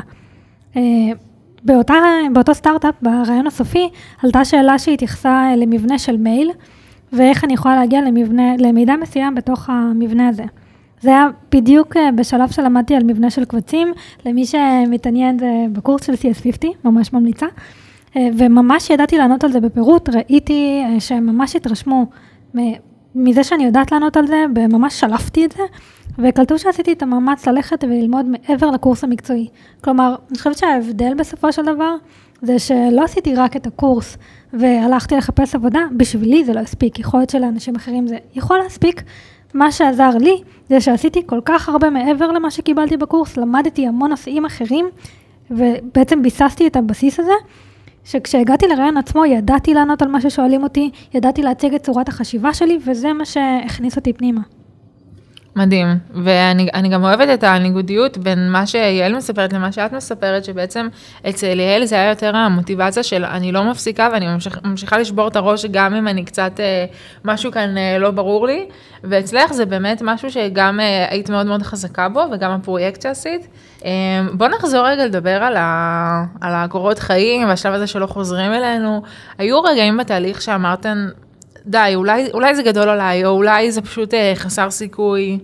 באותו סטארט-אפ, ברעיון הסופי, עלתה שאלה שהתייחסה למבנה של מייל, ואיך אני יכולה להגיע למידע מסוים בתוך המבנה הזה. זה היה בדיוק בשלב שלמדתי על מבנה של קבצים, למי שמתעניין זה בקורס של CS50, ממש ממליצה, וממש ידעתי לענות על זה בפירוט, ראיתי שהם ממש התרשמו מזה שאני יודעת לענות על זה, וממש שלפתי את זה, וקלטו שעשיתי את המאמץ ללכת וללמוד מעבר לקורס המקצועי. כלומר, אני חושבת שההבדל בסופו של דבר, זה שלא עשיתי רק את הקורס, והלכתי לחפש עבודה, בשבילי זה לא הספיק, יכול להיות שלאנשים אחרים זה יכול להספיק. מה שעזר לי, זה שעשיתי כל כך הרבה מעבר למה שקיבלתי בקורס, למדתי המון נושאים אחרים, ובעצם ביססתי את הבסיס הזה, שכשהגעתי לרעיון עצמו, ידעתי לענות על מה ששואלים אותי, ידעתי להציג את צורת החשיבה שלי, וזה מה שהכניס אותי פנימה. מדהים, ואני גם אוהבת את הניגודיות בין מה שיעל מספרת למה שאת מספרת, שבעצם אצל יעל זה היה יותר המוטיבציה של אני לא מפסיקה, ואני ממשיכה לשבור את הראש גם אם אני קצת, משהו כאן לא ברור לי, ואצלך זה באמת משהו שגם היית מאוד מאוד חזקה בו, וגם הפרויקט שעשית. בוא נחזור רגע לדבר על הקורות חיים, והשלב הזה שלא חוזרים אלינו. היו רגעים בתהליך שאמרתן, די, אולי זה גדול עליי, או אולי זה פשוט חסר סיכוי.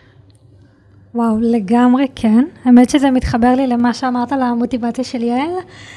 וואו, לגמרי כן. האמת שזה מתחבר לי למה שאמרת על המוטיבציה של יעל.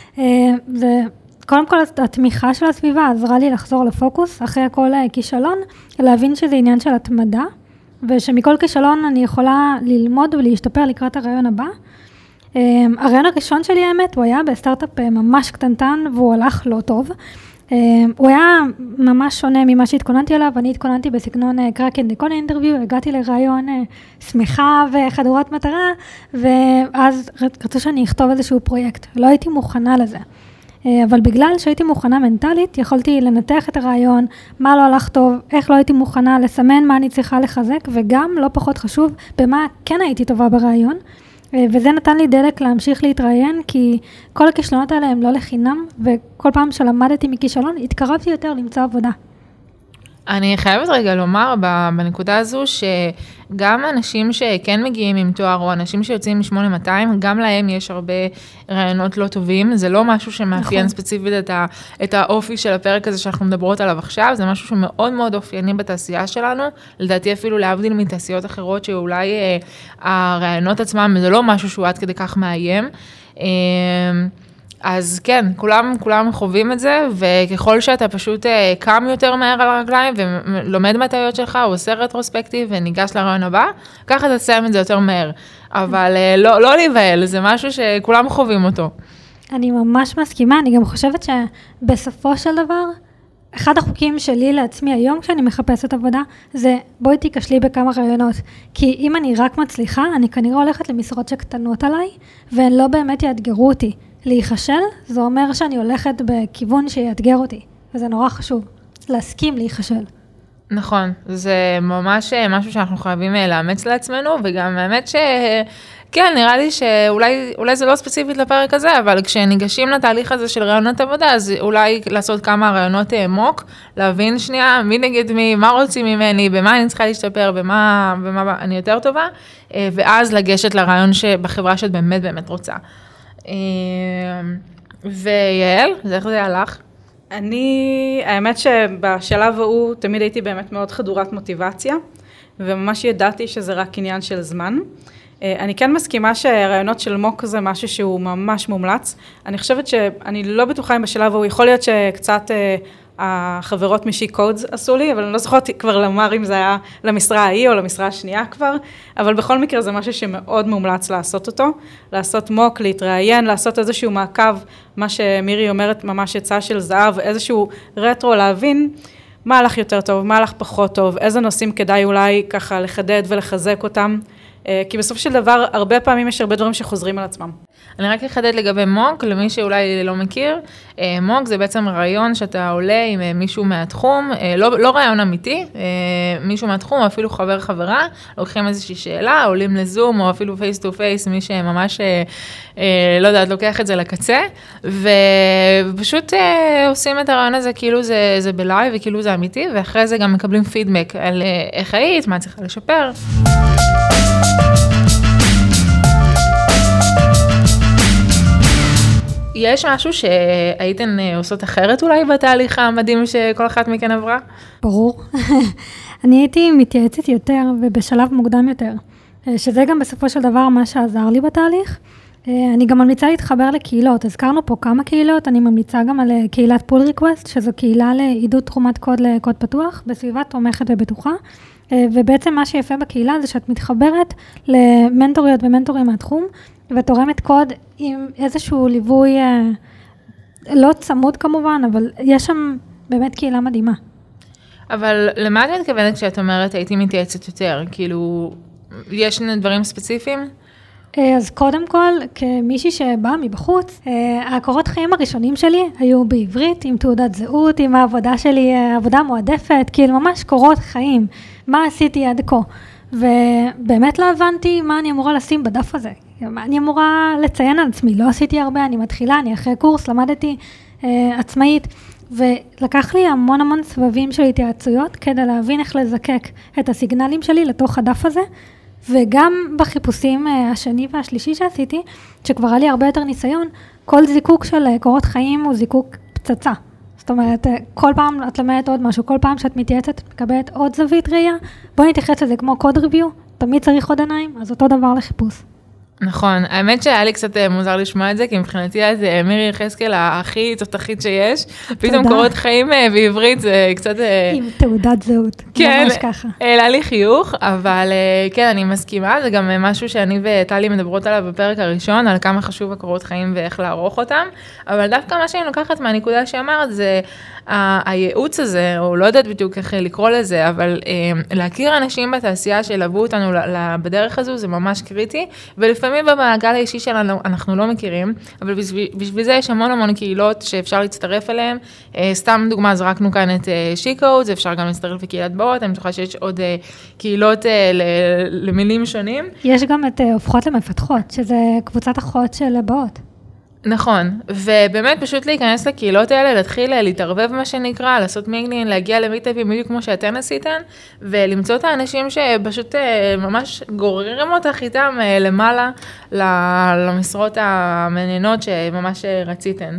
קודם כל, התמיכה של הסביבה עזרה לי לחזור לפוקוס, אחרי כל כישלון, להבין שזה עניין של התמדה, ושמכל כישלון אני יכולה ללמוד ולהשתפר לקראת הרעיון הבא. הרעיון הראשון שלי, האמת, הוא היה בסטארט-אפ ממש קטנטן, והוא הלך לא טוב. הוא היה ממש שונה ממה שהתכוננתי עליו, אני התכוננתי בסגנון קראקן דקון אינטרוויו, הגעתי לרעיון שמחה וחדורת מטרה, ואז רצו שאני אכתוב איזשהו פרויקט, לא הייתי מוכנה לזה. אבל בגלל שהייתי מוכנה מנטלית, יכולתי לנתח את הרעיון, מה לא הלך טוב, איך לא הייתי מוכנה לסמן מה אני צריכה לחזק, וגם לא פחות חשוב, במה כן הייתי טובה ברעיון, וזה נתן לי דלק להמשיך להתראיין, כי כל הכישלונות האלה הם לא לחינם, וכל פעם שלמדתי מכישלון, התקרבתי יותר למצוא עבודה. אני חייבת רגע לומר בנקודה הזו, שגם אנשים שכן מגיעים עם תואר, או אנשים שיוצאים מ-8200, גם להם יש הרבה רעיונות לא טובים, זה לא משהו שמאפיין ספציפית את האופי של הפרק הזה שאנחנו מדברות עליו עכשיו, זה משהו שמאוד מאוד אופייני בתעשייה שלנו, לדעתי אפילו להבדיל מתעשיות אחרות, שאולי הרעיונות עצמם, זה לא משהו שהוא עד כדי כך מאיים, אז כן, כולם חווים את זה, וככל שאתה פשוט קם יותר מהר על הרגליים, ולומד מהטעויות שלך, הוא עושה רטרוספקטיב, וניגש לרעיון הבא, ככה תסיים את זה יותר מהר. אבל לא להיבהל, זה משהו שכולם חווים אותו. אני ממש מסכימה, אני גם חושבת שבסופו של דבר, אחד החוקים שלי לעצמי היום, כשאני מחפשת עבודה, זה בואי תיכשלי בכמה רעיונות. כי אם אני רק מצליחה, אני כנראה הולכת למשרות שקטנות עליי, והן לא באמת יאתגרו אותי. להיחשל, זה אומר שאני הולכת בכיוון שיאתגר אותי, וזה נורא חשוב, להסכים להיחשל. נכון, זה ממש משהו שאנחנו חייבים לאמץ לעצמנו, וגם האמת שכן, נראה לי שאולי זה לא ספציפית לפרק הזה, אבל כשניגשים לתהליך הזה של רעיונות עבודה, אז אולי לעשות כמה רעיונות מוק, להבין שנייה מי נגד מי, מה רוצים ממני, במה אני צריכה להשתפר, במה אני יותר טובה, ואז לגשת לרעיון בחברה שאת באמת באמת רוצה. ויעל, זה איך זה הלך? האמת שבשלב ההוא תמיד הייתי באמת מאוד חדורת מוטיבציה, וממש ידעתי שזה רק עניין של זמן. אני כן מסכימה שהרעיונות של מוק זה משהו שהוא ממש מומלץ. אני חושבת שאני לא בטוחה אם בשלב ההוא, יכול להיות שקצת החברות משי קודס עשו לי, אבל אני לא זוכרת כבר לומר אם זה היה למשרה ההיא או למשרה השנייה כבר, אבל בכל מקרה זה משהו שמאוד מומלץ לעשות אותו, לעשות מוק, להתראיין, לעשות איזשהו מעקב, מה שמירי אומרת ממש יצא של זהב, איזשהו רטרו להבין מה הלך יותר טוב, מה הלך פחות טוב, איזה נושאים כדאי אולי ככה לחדד ולחזק אותם, כי בסוף של דבר, הרבה פעמים יש הרבה דברים שחוזרים על עצמם. אני רק אחדד לגבי מוג, למי שאולי לא מכיר, מוג זה בעצם רעיון שאתה עולה עם מישהו מהתחום, לא רעיון אמיתי, מישהו מהתחום, או אפילו חברה, לוקחים איזושהי שאלה, עולים לזום, או אפילו פייס טו פייס, מי שממש, לא יודעת, לוקח את זה לקצה, ופשוט עושים את הרעיון הזה כאילו זה בלייב, וכאילו זה אמיתי, ואחרי זה גם מקבלים פידבק על איך היית, מה צריכה לשפר. יש משהו שהייתן עושות אחרת אולי בתהליך המדהים שכל אחת מכן עברה? ברור. אני הייתי מתייעצת יותר ובשלב מוקדם יותר, שזה גם בסופו של דבר מה שעזר לי בתהליך. אני גם ממליצה להתחבר לקהילות, הזכרנו פה כמה קהילות, אני ממליצה גם על קהילת פול ריקווסט, שזו קהילה לעידוד תרומת קוד לקוד פתוח, בסביבה תומכת ובטוחה, ובעצם מה שיפה בקהילה זה שאת מתחברת למנטוריות ומנטורים מהתחום, ותורמת קוד עם איזשהו ליווי, לא צמוד כמובן, אבל יש שם באמת קהילה מדהימה. אבל למה את מתכוונת כשאת אומרת הייתי מתייעצת יותר? כאילו, יש דברים ספציפיים? אז קודם כל, כמישהי שבאה מבחוץ, הקורות חיים הראשונים שלי היו בעברית, עם תעודת זהות, עם העבודה שלי, עבודה מועדפת, כאילו ממש קורות חיים, מה עשיתי עד כה. ובאמת לא הבנתי מה אני אמורה לשים בדף הזה, מה אני אמורה לציין על עצמי, לא עשיתי הרבה, אני מתחילה, אני אחרי קורס, למדתי עצמאית, ולקח לי המון סבבים של התייעצויות, כדי להבין איך לזקק את הסיגנלים שלי לתוך הדף הזה, וגם בחיפושים השני והשלישי שעשיתי, שכבר היה לי הרבה יותר ניסיון, כל זיקוק של קורות חיים הוא זיקוק פצצה. זאת אומרת, כל פעם את למדת עוד משהו, כל פעם שאת מתייעצת, את מקבלת עוד זווית ראייה, בוא נתייחס לזה כמו קוד ריוויו, תמיד צריך עוד עיניים, אז אותו דבר לחיפוש. נכון, האמת שהיה לי קצת מוזר לשמוע את זה, כי מבחינתי אז מירי יחזקאל הכי תותחית שיש, פתאום קורות חיים בעברית זה קצת... עם תעודת זהות, ממש ככה. העלה לי חיוך, אבל כן, אני מסכימה, זה גם משהו שאני וטלי מדברות עליו בפרק הראשון, על כמה חשוב הקורות חיים ואיך לערוך אותם, אבל דווקא מה שאני לוקחת מהנקודה שאמרת, זה הייעוץ הזה, או לא יודעת בדיוק איך לקרוא לזה, אבל להכיר אנשים בתעשייה שילוו אותנו בדרך הזו, זה ממש קריטי, ולפעמים במעגל האישי שלנו אנחנו לא מכירים, אבל בשביל זה יש המון קהילות שאפשר להצטרף אליהן, סתם דוגמה, זרקנו כאן את שיקו, זה אפשר גם להצטרף לקהילת באות, אני בטוחה שיש עוד קהילות למילים שונים. יש גם את הופכות למפתחות, שזה קבוצת אחות של באות. נכון, ובאמת פשוט להיכנס לקהילות האלה, להתחיל להתערבב מה שנקרא, לעשות מיגלין, להגיע למיטאפים בדיוק כמו שאתן עשיתן, ולמצוא את האנשים שפשוט ממש גוררים אותך איתם למעלה למשרות המעניינות שממש רציתן.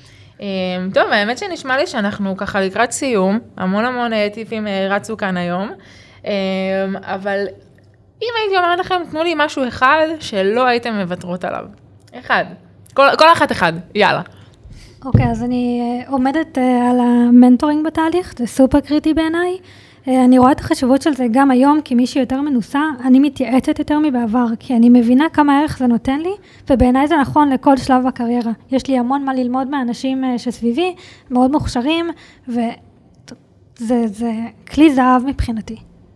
טוב, האמת שנשמע לי שאנחנו ככה לקראת סיום, המון טיפים רצו כאן היום, אבל אם הייתי אומרת לכם, תנו לי משהו אחד שלא הייתם מוותרות עליו. אחד. כל אחת אחד, יאללה. אוקיי, אז אני עומדת על המנטורינג בתהליך, זה סופר קריטי בעיניי. אני רואה את החשיבות של זה גם היום, כי מישהי יותר מנוסה, אני מתייעצת יותר מבעבר, כי אני מבינה כמה ערך זה נותן לי, ובעיניי זה נכון לכל שלב בקריירה. יש לי המון מה ללמוד מהאנשים שסביבי, מאוד מוכשרים, וזה כלי זהב מבחינתי.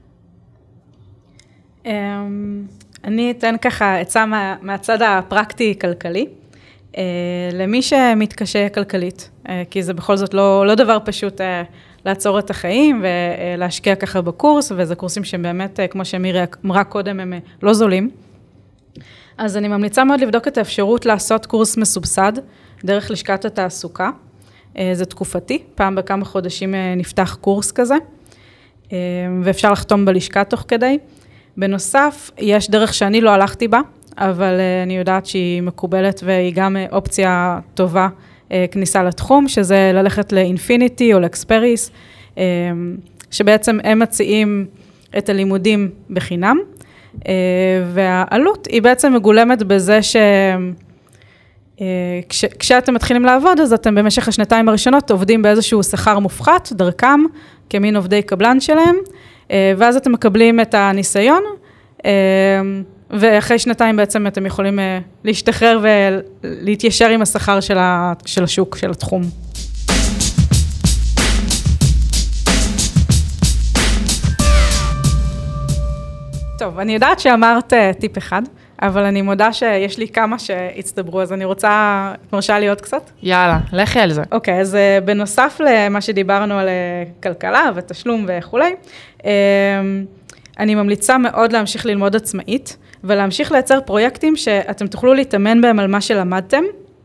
אני אתן ככה עצה מהצד הפרקטי-כלכלי, למי שמתקשה כלכלית, כי זה בכל זאת לא דבר פשוט לעצור את החיים ולהשקיע ככה בקורס, וזה קורסים שבאמת, כמו שמירי אמרה קודם, הם לא זולים. אז אני ממליצה מאוד לבדוק את האפשרות לעשות קורס מסובסד, דרך לשכת התעסוקה. זה תקופתי, פעם בכמה חודשים נפתח קורס כזה, ואפשר לחתום בלשכה תוך כדי. בנוסף, יש דרך שאני לא הלכתי בה, אבל אני יודעת שהיא מקובלת והיא גם אופציה טובה כניסה לתחום, שזה ללכת לאינפיניטי או לאקספריס, שבעצם הם מציעים את הלימודים בחינם, והעלות היא בעצם מגולמת בזה כשאתם מתחילים לעבוד, אז אתם במשך השנתיים הראשונות עובדים באיזשהו שכר מופחת, דרכם, כמין עובדי קבלן שלהם, ואז אתם מקבלים את הניסיון, ואחרי שנתיים בעצם אתם יכולים להשתחרר ולהתיישר עם השכר של השוק, של התחום. טוב, אני יודעת שאמרת טיפ אחד, אבל אני מודה שיש לי כמה שהצטברו, אז אני מרשה לי עוד קצת? יאללה, לכי על זה. אוקיי, אז בנוסף למה שדיברנו על כלכלה ותשלום וכולי, אני ממליצה מאוד להמשיך ללמוד עצמאית, ולהמשיך לייצר פרויקטים שאתם תוכלו להתאמן בהם על מה שלמדתם.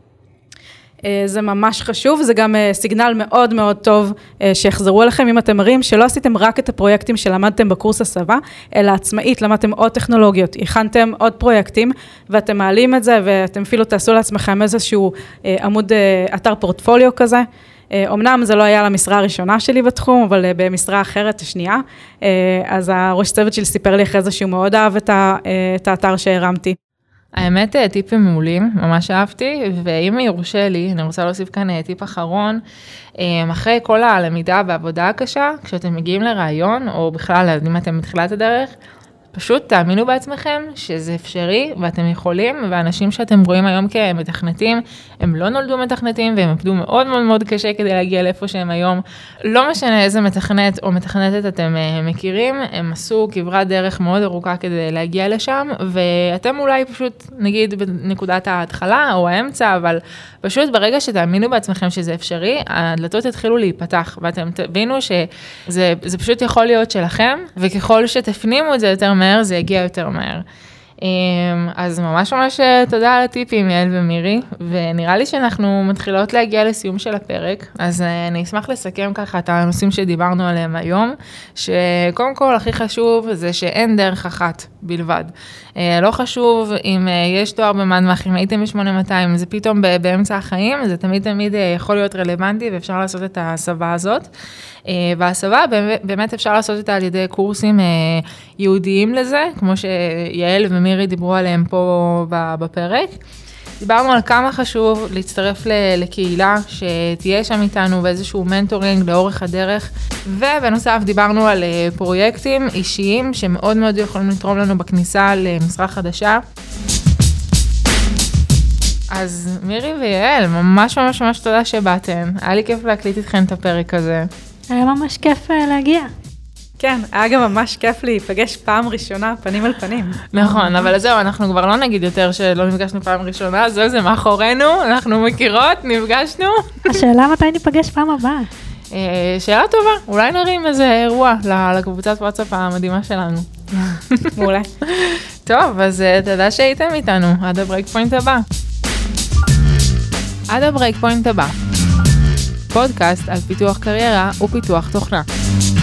זה ממש חשוב, זה גם סיגנל מאוד מאוד טוב שיחזרו אליכם, אם אתם מראים שלא עשיתם רק את הפרויקטים שלמדתם בקורס הסבה, אלא עצמאית, למדתם עוד טכנולוגיות, הכנתם עוד פרויקטים, ואתם מעלים את זה, ואתם אפילו תעשו לעצמכם איזשהו עמוד אתר פורטפוליו כזה. אמנם זה לא היה למשרה הראשונה שלי בתחום, אבל במשרה אחרת השנייה, אז הראש צוות שלי סיפר לי אחרי זה שהוא מאוד אהב את האתר שהרמתי. האמת, טיפים מעולים, ממש אהבתי, ואם יורשה לי, אני רוצה להוסיף כאן טיפ אחרון, אחרי כל הלמידה והעבודה הקשה, כשאתם מגיעים לרעיון, או בכלל, אם אתם מתחילת הדרך, פשוט תאמינו בעצמכם שזה אפשרי ואתם יכולים, ואנשים שאתם רואים היום כמתכנתים, הם לא נולדו מתכנתים והם עבדו מאוד מאוד מאוד קשה כדי להגיע לאיפה שהם היום. לא משנה איזה מתכנת או מתכנתת אתם מכירים, הם עשו כברת דרך מאוד ארוכה כדי להגיע לשם, ואתם אולי פשוט נגיד בנקודת ההתחלה או האמצע, אבל פשוט ברגע שתאמינו בעצמכם שזה אפשרי, הדלתות התחילו להיפתח, ואתם תבינו שזה פשוט יכול להיות שלכם, וככל שתפנימו את זה יותר מהר, זה יגיע יותר מהר. אז ממש ממש תודה על הטיפים, יעל ומירי, ונראה לי שאנחנו מתחילות להגיע לסיום של הפרק, אז אני אשמח לסכם ככה את הנושאים שדיברנו עליהם היום, שקודם כל הכי חשוב זה שאין דרך אחת בלבד. לא חשוב אם יש תואר במדמח, אם הייתם ב-8200, זה פתאום באמצע החיים, זה תמיד יכול להיות רלוונטי, ואפשר לעשות את ההסבה הזאת. וההסבה באמת אפשר לעשות אותה על ידי קורסים ייעודיים לזה, כמו שיעל ומירי דיברו עליהם פה בפרק. דיברנו על כמה חשוב להצטרף לקהילה שתהיה שם איתנו באיזשהו מנטורינג לאורך הדרך, ובנוסף דיברנו על פרויקטים אישיים שמאוד מאוד יכולים לתרום לנו בכניסה למשרה חדשה. אז מירי ויעל, ממש ממש ממש תודה שבאתן, היה לי כיף להקליט איתכן את הפרק הזה. היה ממש כיף להגיע. כן, היה גם ממש כיף להיפגש פעם ראשונה, פנים על פנים. נכון, אבל זהו, אנחנו כבר לא נגיד יותר שלא נפגשנו פעם ראשונה, זהו, זה מאחורינו, אנחנו מכירות, נפגשנו. השאלה מתי ניפגש פעם הבאה? שאלה טובה, אולי נרים איזה אירוע לקבוצת וואטסאפ המדהימה שלנו. מעולה. טוב, אז תודה שהייתם איתנו, עד הברייק פוינט הבא. עד הברייק פוינט הבא. פודקאסט על פיתוח קריירה ופיתוח תוכנה.